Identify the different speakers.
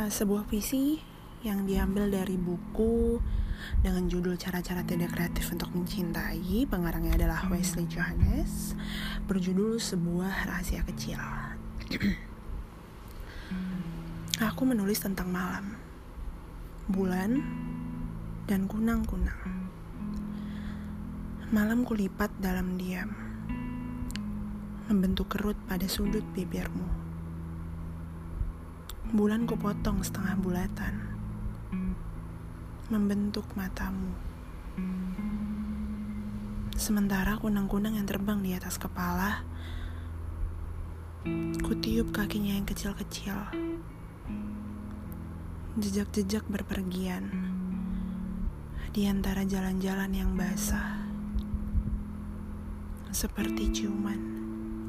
Speaker 1: Sebuah puisi yang diambil dari buku dengan judul Cara-Cara Tidak Kreatif untuk Mencintai. Pengarangnya adalah Wesley Johannes, berjudul Sebuah Rahasia Kecil. Aku menulis tentang malam, bulan, dan kunang-kunang. Malam kulipat dalam diam, membentuk kerut pada sudut bibirmu. Bulan kupotong setengah bulatan, membentuk matamu. Sementara kunang-kunang yang terbang di atas kepala, kutiup kakinya yang kecil-kecil. Jejak-jejak berpergian di antara jalan-jalan yang basah, seperti ciuman.